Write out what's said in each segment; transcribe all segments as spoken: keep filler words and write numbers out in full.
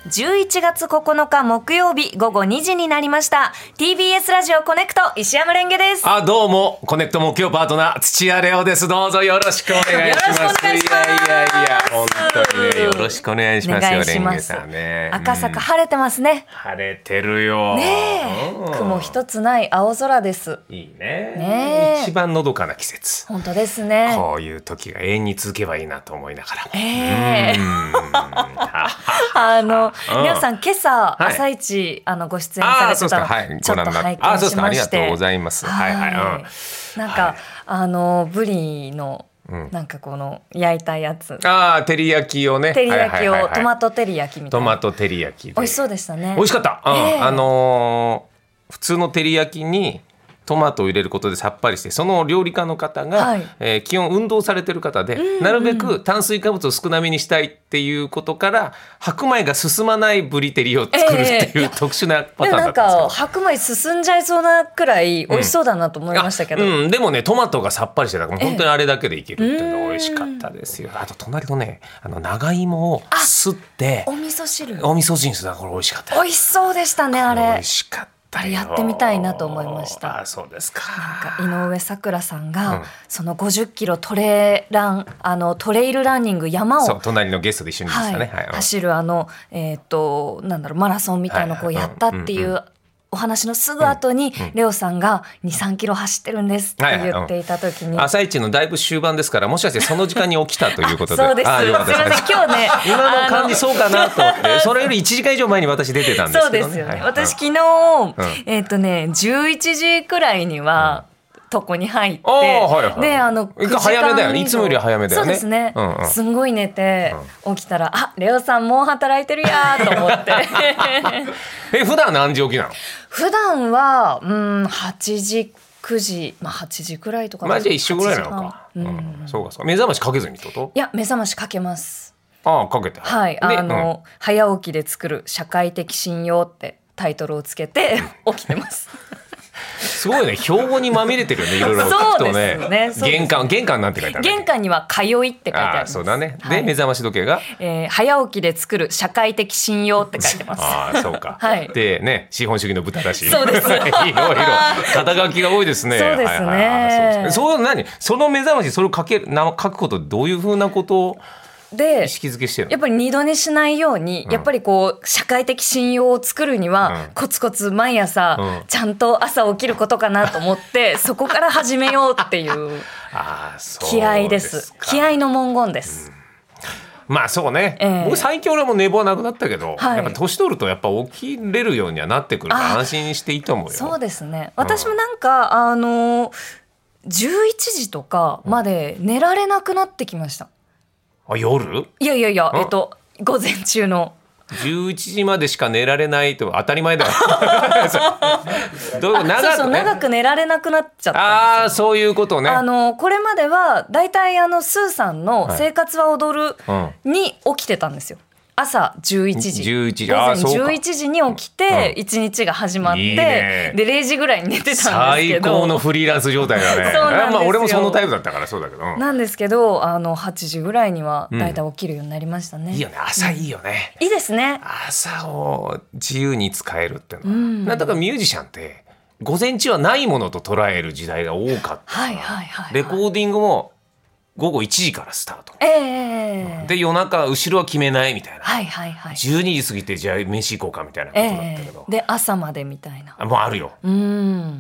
じゅういちがつここのか木曜日午後にじになりました。 ティービーエス ラジオコネクト石山レンゲです。 あ、どうもコネクト木曜パートナー土屋レオです。どうぞよろしくお願いします。 よろしくお願いします。 いやいやいや本当にねよろしくお願いしますよ。 お願いします。 レンゲさんね、 赤坂晴れてますね。 晴れてるよねえ、雲一つない青空です。 いいね。 ねえ、 一番のどかな季節。 本当ですね。 こういう時が永遠に続けばいいなと思いながらも、 えー、あのレオさん今朝、はい、朝一あのご出演されてたの、はい、ちょっと拝見しまして、 ありがとうございます。はいはい、うん、 なんか、はい、あのブリのなんかこの焼いたやつ、 ああ照り焼きをね、 照り焼きを、はいはいはいはい、トマト照り焼きみたいな、 トマト照り焼き美味しそうでしたね。 美味しかった、うん、 えー、 あのー、普通の照り焼きにトマトを入れることでさっぱりして、その料理家の方が、はい、えー、基本運動されてる方で、うんうん、なるべく炭水化物を少なめにしたいっていうことから白米が進まないブリ照りを作るっていう、えー、特殊なパターンだったんですけど、 なんか白米進んじゃいそうなくらい美味しそうだなと思いましたけど、 うんうん、でもねトマトがさっぱりしてたから本当にあれだけでいけるっていうのが美味しかったですよ。あと隣のねあの長芋をすってお味噌汁お味噌汁だ、これ美味しかった。 美味しそうでしたね。あれ美味しかった。 あれやってみたいなと思いました。 あ、そうですか。 なんか井上咲楽さんが、うん、そのごじゅっキロトレランあのトレイルランニング山をそう隣のゲストで一緒にですかね、 はいはい、走るあの、えー、となんだろうマラソンみたいなのをこうやったっていう、はいはい、うんうん、お話のすぐ後に、うんうん、レオさんが にさんキロ走ってるんですって言っていた時に、はいはい、うん、 朝一のだいぶ終盤ですから、もしかしてその時間に起きたということでそうです。すみません今日ね今の感じそうかなと思ってそれよりいちじかん以上前に私出てたんですけどね。 そうですよね、 はい、 私昨日、うん、えーとね、じゅういちじくらいには、うんとこに入って、 はいはい、 であの早めだよね、いつもより早めだよね。 そうですね、うんうん、すんごい寝て、うん、起きたらあレオさんもう働いてるやと思ってえ普段何時起きなの？ 普段はうんはちじくじ、まあ、はちじくらいとか、 まあ、じゃあ一緒ぐらいなのか、うんうん、そうかそうか。目覚ましかけずにってこと？ いや目覚ましかけます。 ああかけて、 はい、あの、うん、早起きで作る社会的信用ってタイトルをつけて起きてますすごいね、標語にまみれてるよね、いろいろ聞くとね。 そうですね。 玄関、玄関なんて書いてある。 玄関には通いって書いてあります。 あ、そうだね。で、はい、目覚まし時計が、 えー、早起きで作る社会的信用って書いてます。 ああ、そうか。 はい。 でね、資本主義の豚だし。 そうです。いろいろ肩書きが多いですね。 そうですね。はいはい、 そう、そう何？その目覚ましそれをかける、書くことどういうふうなことをで意識づけしてるの？ やっぱり二度寝しないように、うん、やっぱりこう社会的信用を作るには、うん、コツコツ毎朝、うん、ちゃんと朝起きることかなと思ってそこから始めようっていう気合いです。気合の文言です、 うん、まあそうね、えー、僕最近俺も寝坊はなくなったけど、はい、やっぱ年取るとやっぱ起きれるようにはなってくるから安心していいと思うよ。 そうですね。私もなんか、うん、あのじゅういちじとかまで寝られなくなってきました。 あ、夜？ いやいやいや、えっと午前中のじゅういちじまでしか寝られないと当たり前だよどう長く、ね、そうそう長く寝られなくなっちゃったんですよ。 ああ、そういうことね。 あのこれまではだいたいあのスーさんの生活は踊るに起きてたんですよ。朝じゅういちじ、 じゅういちじ、 午前じゅういちじに起きていちにちが始まって、うん、いいね、でれいじぐらいに寝てたんですけど、 最高のフリーランス状態だね。 そうなんですよ。 まあ、俺もそのタイプだったからそうだけど、うん、 なんですけどあのはちじぐらいにはだいたい起きるようになりましたね、 うん、いいよね、朝いいよね、 うん、いいですね。 朝を自由に使えるっていうのは、うん、なんだかミュージシャンって午前中はないものと捉える時代が多かった、 はいはいはいはい、 レコーディングもごごいちじからスタート、 えー、 で夜中後ろは決めないみたいな、 はいはいはい、 じゅうにじ過ぎてじゃあ飯行こうかみたいなことだったけど、 えー、で朝までみたいなもうあるよ。 うん、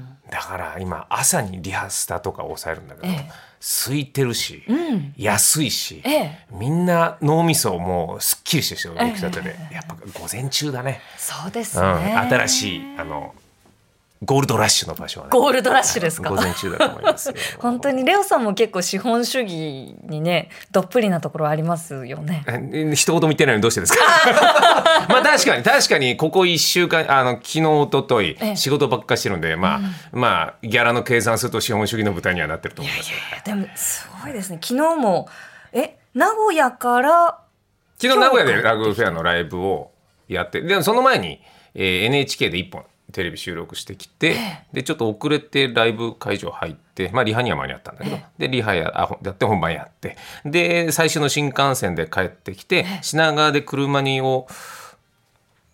だから今朝にリハスタとか抑えるんだけど、 えー、 空いてるし、うん、安いし、 えー、 みんな脳みそもうすっきりしてる動き立てで、えー、やっぱ午前中だね。 そうですね、 うん、新しいあのゴールドラッシュの場所はね。 ゴールドラッシュですか。 午前中だと思いますよ本当にレオさんも結構資本主義にねどっぷりなところありますよね。 一言も言ってないのにどうしてですかまあ確かに確かにここいっしゅうかんあの昨日一昨日仕事ばっかしてるんで、まあ、うん、まあギャラの計算すると資本主義の舞台にはなってると思いますよ。 いやいやでもすごいですね。昨日もえ名古屋から昨日名古屋でラグフェアのライブをやって、でその前に、えー、エヌエイチケー でいっぽんテレビ収録してきて、でちょっと遅れてライブ会場入って、まあ、リハには間に合ったんだけど、でリハ や, あやって本番やって、で最初の新幹線で帰ってきて品川で車にを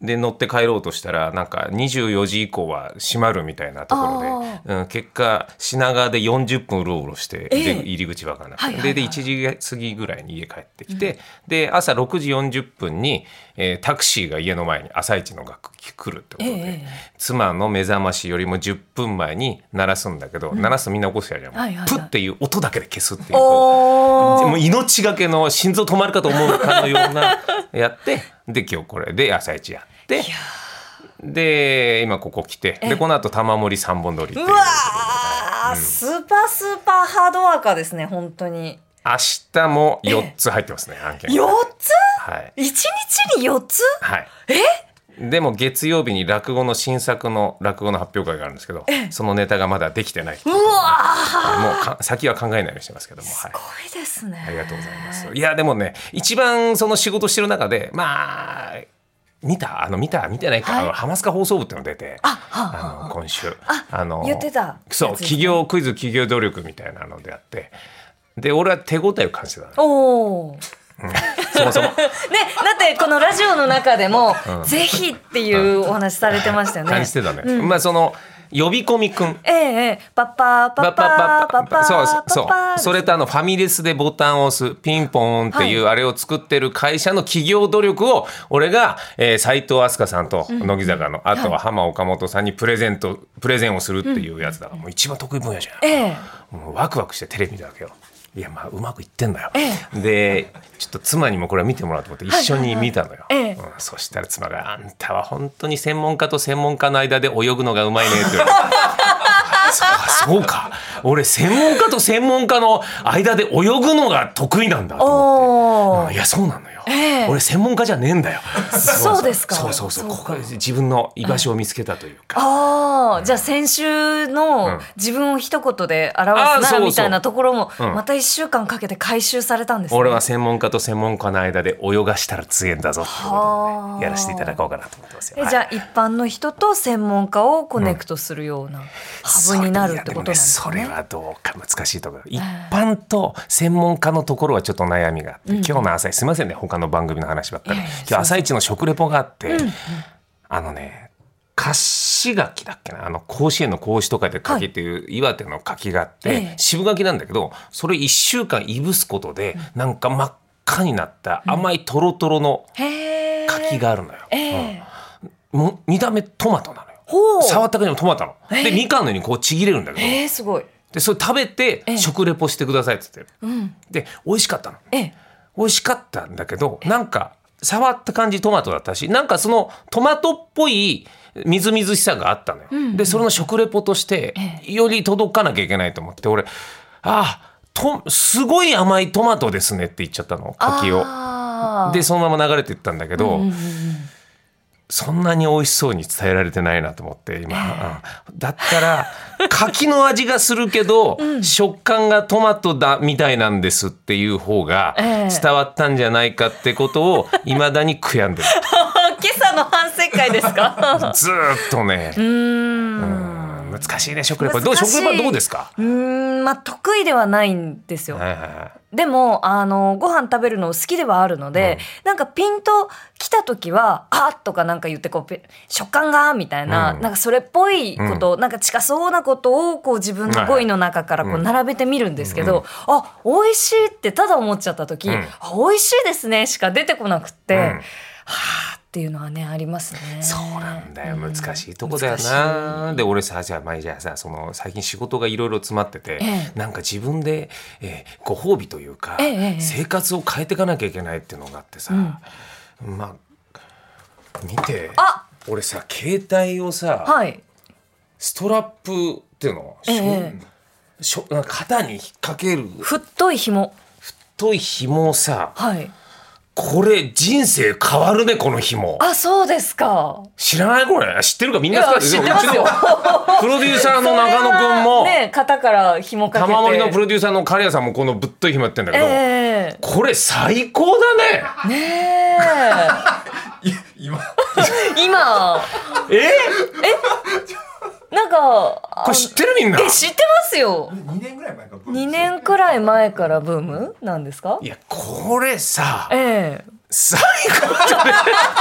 で乗って帰ろうとしたらなんかにじゅうよじ以降は閉まるみたいなところで、うん、結果品川でよんじゅっぷんうろうろして、えー、入り口わからなくて、はいはいはい、ででいちじ過ぎぐらいに家帰ってきて、うん、で朝ろくじよんじゅっぷんに、えー、タクシーが家の前に朝一のが来るってことで、えー、妻の目覚ましよりもじゅっぷんまえに鳴らすんだけど、うん、鳴らすとみんな起こしちゃうじゃん、はいはいはい、プッっていう音だけで消すっていう、もう命がけの心臓止まるかと思うかのようなやってで今日これで朝一やってで今ここ来てでこの後玉森三本撮りっていううわー、うん、スーパースーパーハードワーカーですね本当に。 明日もよっつ入ってますね案件。 よっつ、 はい、 いちにちによっつ、 はい、 えでも月曜日に落語の新作の落語の発表会があるんですけどそのネタがまだできてない。うわもうか先は考えないようにしてますけども、 すごいですね、 はい、ありがとうございます。いやでもね一番その仕事してる中でまあ見たあの見た見てないか、はい、あのハマスカ放送部っての出てああの今週ああの言ってたそう企業クイズ企業努力みたいなのであってで俺は手応えを感じてたの。 おーうん、そもそもね、だってこのラジオの中でも、うん、ぜひっていうお話されてましたよね。 感じてたね、うん、まあその呼び込みくん、 ええパッパーパッパーパッパーそうそうそれとあのファミレスでボタンを押すピンポーンっていうあれを作ってる会社の企業努力を俺が斉藤飛鳥さんと乃木坂のあとは浜岡本さんにプレゼントプレゼンをするっていうやつだからもう一番得意分野じゃん、ええ、もうワクワクしてテレビ見たわけよ。いやまあうまくいってんだよ、ええ、でちょっと妻にもこれは見てもらおうと思って一緒に見たのよ、はいはいはい、うん、そしたら妻があんたは本当に専門家と専門家の間で泳ぐのがうまいねってそう、そうか俺専門家と専門家の間で泳ぐのが得意なんだと思って、うん、いやそうなのよ、えー、俺専門家じゃねえんだよそうですか。 そうそうそうここで自分の居場所を見つけたというか、 あ、うん、じゃあ先週の自分を一言で表すなみたいなところもまたいっしゅうかんかけて回収されたんですね、 うん、俺は専門家と専門家の間で泳がしたら強えんだぞってことでやらせていただこうかなと思ってますよ。 え、じゃあ一般の人と専門家をコネクトするようなハブになるってことなんですかね。 それはどうか難しいところ、一般と専門家のところはちょっと悩みがあって、うん、今日の朝すいませんね他の番組の話ばっかり、えー、今日朝一の食レポがあって、うんうん、あのね樫柿だっけなあの甲子園の甲子と書いて柿っていう岩手の柿があって、はい、渋柿なんだけどそれいっしゅうかんいぶすことで、うん、なんか真っ赤になった甘いトロトロの柿があるのよ、えーうん、も見た目トマトなのよ。触った感じのトマトなの、えー、でみかんのようにこうちぎれるんだけど、 えー、すごいでそれ食べて食レポしてくださいって言って、うん、で美味しかったの、えー、美味しかったんだけどなんか触った感じトマトだったしなんかそのトマトっぽいみずみずしさがあったのよ、うんうん、でそれの食レポとしてより届かなきゃいけないと思って俺あとすごい甘いトマトですねって言っちゃったの柿をでそのまま流れていったんだけど、うんうんうん、そんなに美味しそうに伝えられてないなと思って今、えー、だったら柿の味がするけど、うん、食感がトマトだみたいなんですっていう方が伝わったんじゃないかってことを未だに悔やんでる今朝の反省会ですかずーっとねうーんうん難しいね食レポどう食レポはどうですか。 うーん、まあ、得意ではないんですよ、はいはいはい、でもあのご飯食べるの好きではあるので、うん、なんかピンと来た時はあっとかなんか言ってこう食感がみたいな、うん、なんかそれっぽいこと、うん、なんか近そうなことをこう自分の語彙の中からこう並べてみるんですけど、うん、あ美味しいってただ思っちゃった時、うん、あ美味しいですねしか出てこなくって、うん、はあっていうのはねありますね。 そうなんだよ難しいとこだよな、うん、で俺さじゃあ前じゃあさその最近仕事がいろいろ詰まってて、ええ、なんか自分で、えー、ご褒美というか、ええ、生活を変えていかなきゃいけないっていうのがあってさ、うん、まあ見てあ俺さ携帯をさ、はい、ストラップっていうの、ええ、しょ肩に引っ掛ける太い紐太い紐をさ、 はいこれ人生変わるねこの紐。 あそうですか。 知らないこれ知ってるかみんな知ってますよプロデューサーの中野くんもね肩から紐かけて玉森のプロデューサーの刈谷さんもこのぶっとい紐やってんだけど、えー、これ最高だね。 ねえ今今ええなんかこれ知ってるみんな。 え知ってますよ。にねんぐらい前からブーム。にねんくらい前からブームなんですか。 いやこれさ、 ええ、 最高じゃね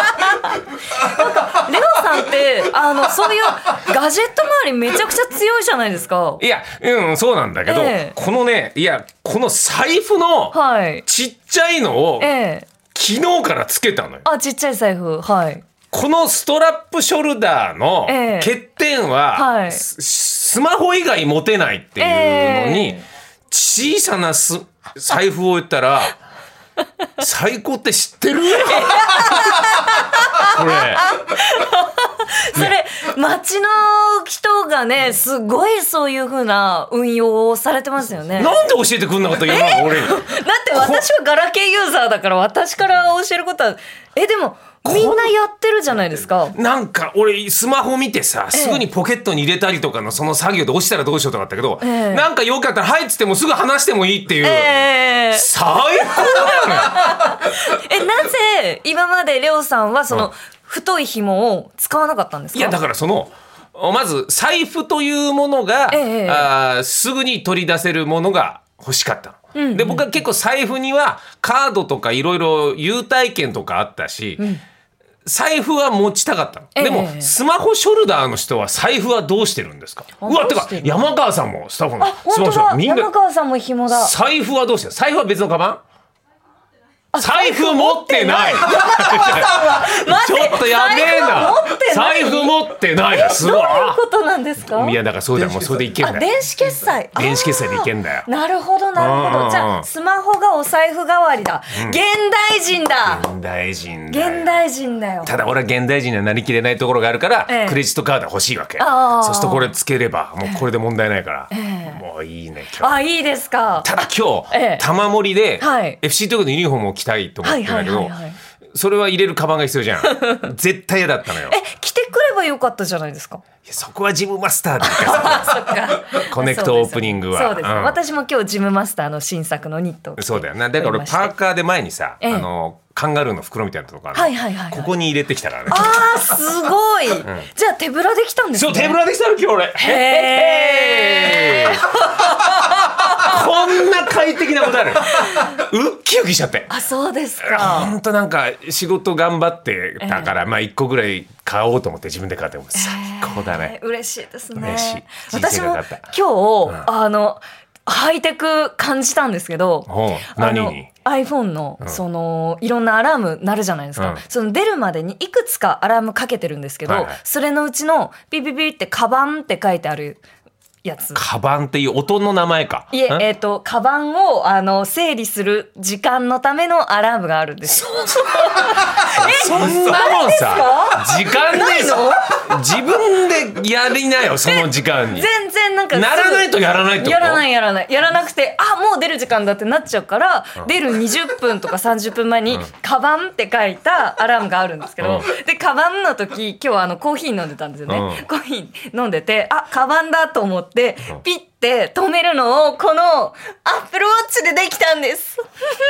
かレオさんってあのそういうガジェット周りめちゃくちゃ強いじゃないですか。 いや、うん、そうなんだけど、えー、このね、いやこの財布のちっちゃいのを、えー、昨日からつけたのよ。 あ、ちっちゃい財布。はい。 このストラップショルダーの欠点は、えーはい、スマホ以外持てないっていうのに、えー、小さなす財布を言ったら最高って知ってる？これそれ街の人がねすごいそういう風な運用をされてますよね。 なんで教えてくんなかった今の俺に。だって私はガラケーユーザーだから私から教えることはえでもみんなやってるじゃないですか。 なんか俺スマホ見てさすぐにポケットに入れたりとかのその作業で押したらどうしようとかあったけど、ええ、なんかよかったら入っててもすぐ離してもいいっていう、えー、最高だよね。 えなぜ今までレオさんはその、うん、太い紐を使わなかったんですか？ いやだからそのまず財布というものが、ええ、あすぐに取り出せるものが欲しかったの。うんうん、で僕は結構財布にはカードとかいろいろ優待券とかあったし、うん、財布は持ちたかったの、ええ、でもスマホショルダーの人は財布はどうしてるんですか？うわてか山川さんもスタッフのスマホショルダーみんな山川さんも紐だ。 財布はどうしてる？財布は別のカバン？財布持ってない。ちょっとやべえな。財布持ってないです。 どういうことなんですか？ いやだからそうだよ、もうそれでいけんだよ。 電子決済。 電子決済でいけんだよ。 なるほどなるほど。じゃあスマホがお財布代わりだ。現代人だ。 現代人だ。 現代人だよ。 ただ俺は現代人にはなりきれないところがあるからクレジットカード欲しいわけ。そうするとこれつければもうこれで問題ないから。もういいね今日。 あいいですか。 ただ今日玉盛りで エフシー 東京のユニフォームを着たいと思ってるんだけど。それは入れるカバンが必要じゃん。絶対嫌だったのよ。 え、着てくればよかったじゃないですか。 いやそこはジムマスターでコネクトオープニングはそうです、うん、私も今日ジムマスターの新作のニットを着てそうだよな。だから俺パーカーで前にさ、ええ、あのカンガルーの袋みたいなとこある、はいはいはいはい、ここに入れてきたからね。 あーすごい、うん、じゃあ手ぶらできたんですね。 そう手ぶらできたの今日俺。へーこんな快適なことある。ウッキウキしちゃって。 あそうですか。 本当なんか仕事頑張ってたから、えー、まあいっこぐらい買おうと思って自分で買っても最高だね、 えー、嬉しいですね。 嬉しい。 私も今日、うん、あのハイテク感じたんですけど、 何に iPhone の、うん、そのいろんなアラーム鳴るじゃないですか、うん、その出るまでにいくつかアラームかけてるんですけど、はいはい、それのうちのピピピってカバンって書いてあるやつ。 カバンっていう音の名前か。 いえ、えーと、カバンをあの整理する時間のためのアラームがあるんですよ。 そんなもんさ時間で自分でやりなよその時間に。 全然なんかならないとやらないってこと？ やらないやらないやらなくてあもう出る時間だってなっちゃうから、うん、出るにじゅっぷんとかさんじゅっぷんまえに、うん、カバンって書いたアラームがあるんですけど、うん、でカバンの時今日はあのコーヒー飲んでたんですよね、うん、コーヒー飲んでてあカバンだと思ってピッて止めるのをこのアップルウォッチでできたんです。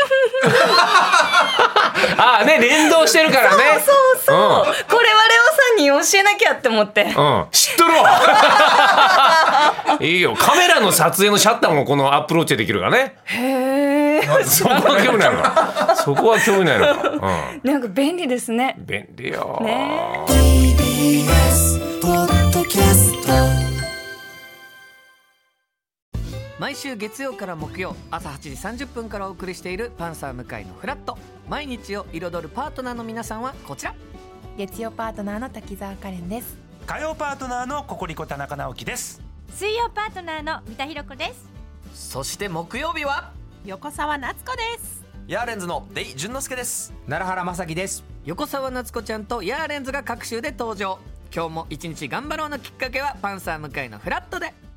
ああね連動してるからね。 そうそうそう、うん、これはレオさんに教えなきゃって思って、うん、 知っとるわ。いいよカメラの撮影のシャッターもこのアップルウォッチでできるからね。 へーそこは興味ないのか。そこは興味ないのか、 うん、なんか便利ですね。 便利よね。 ティービーエス ポッドキャスト毎週月曜から木曜朝はちじさんじゅっぷんからお送りしているパンサー向井のフラット。毎日を彩るパートナーの皆さんはこちら。 月曜パートナーの滝沢カレンです。 火曜パートナーのココリコ田中直樹です。 水曜パートナーの三田寛子です。 そして木曜日は横澤夏子です。 ヤーレンズのデイ淳之介です。 奈良原正樹です。 横澤夏子ちゃんとヤーレンズが各週で登場。今日も一日頑張ろうのきっかけはパンサー向井のフラットで。